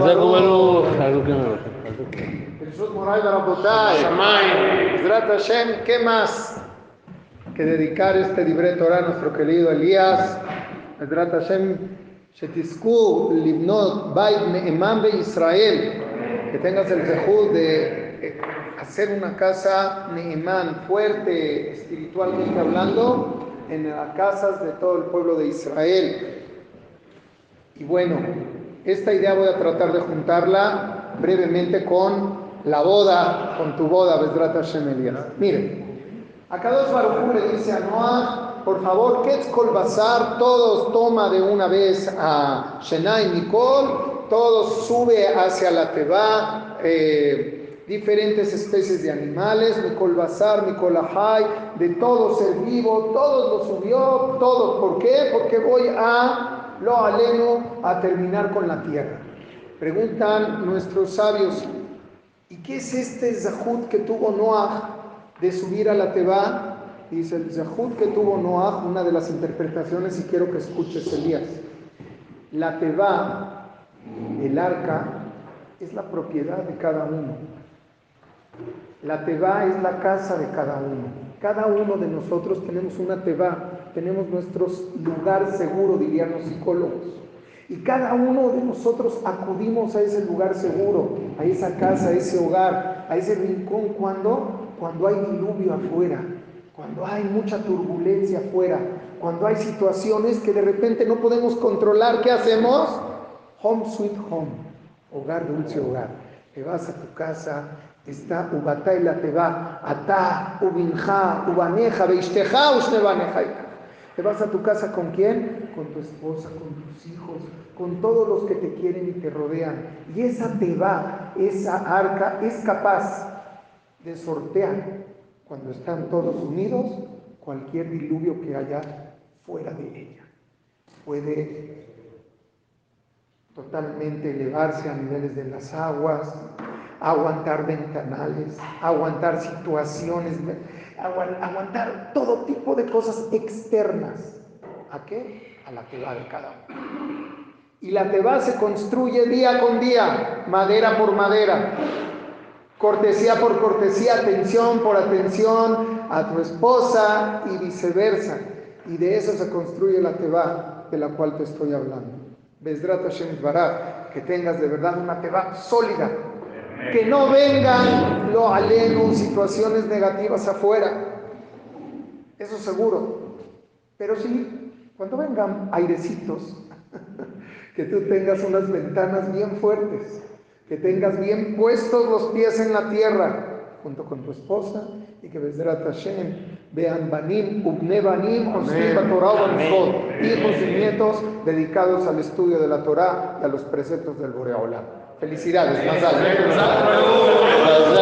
جزاكم الله خير. ¿Qué más que dedicar este libre Torah a nuestro querido Elías? Bezrat Hashem, Shetizku Libnot Bait Ne'eman Israel, que tengas el zehut de hacer una casa Ne'eman, fuerte espiritualmente hablando, en las casas de todo el pueblo de Israel. Y bueno, esta idea voy a tratar de juntarla brevemente con la boda, con tu boda, Bezrat Hashem Elías. Miren, Akadosh Baruj Hu le dice a Noah, por favor, Ketz Kol Basar, todos toma de una vez a Shena y Mikol, todos sube hacia la Teba, diferentes especies de animales, Mikol Basar, Mikol Ahai, de todo ser vivo, todos lo subió, todos. ¿Por qué? Porque voy a lo aleno a terminar con la tierra. Preguntan nuestros sabios, ¿y qué es este zahut que tuvo Noah de subir a la Teba? Dice el zahut que tuvo Noah, una de las interpretaciones, y quiero que escuches, Elías. La Teba, el arca, es la propiedad de cada uno. La Teba es la casa de cada uno. Cada uno de nosotros tenemos una Teba, tenemos nuestro lugar seguro, dirían los psicólogos. Y cada uno de nosotros acudimos a ese lugar seguro, a esa casa, a ese hogar, a ese rincón, cuando hay diluvio afuera, cuando hay mucha turbulencia afuera, cuando hay situaciones que de repente no podemos controlar. ¿Qué hacemos? Home sweet home, hogar, dulce hogar. Te vas a tu casa, está Ubatay la Teba, Atá, Ubinja, Ubaneja, Beishteja, Ushnebaneja. Te vas a tu casa, ¿con quién? Con tu esposa, con tus hijos, con todos los que te quieren y te rodean. Y esa Teba, esa arca, es capaz de sortear, cuando están todos unidos, cualquier diluvio que haya fuera de ella. Puede totalmente elevarse a niveles de las aguas, aguantar ventanales, aguantar situaciones, aguantar todo tipo de cosas externas. ¿A qué? A la Teba de cada uno. Y la Teba se construye día con día, madera por madera, cortesía por cortesía, atención por atención a tu esposa y viceversa. Y de eso se construye la Teba de la cual te estoy hablando. Bezrat Hashem Baraj, que tengas de verdad una Teba sólida, que no vengan lo aleno, situaciones negativas afuera, eso seguro. Pero sí, cuando vengan airecitos, que tú tengas unas ventanas bien fuertes, que tengas bien puestos los pies en la tierra, junto con tu esposa, y que Bezrat Hashem vean Banim, Ubne Banim, Osnim Batorah Banifot, hijos y nietos dedicados al estudio de la Torah y a los preceptos del Borea Olam. Felicidades, Mazal.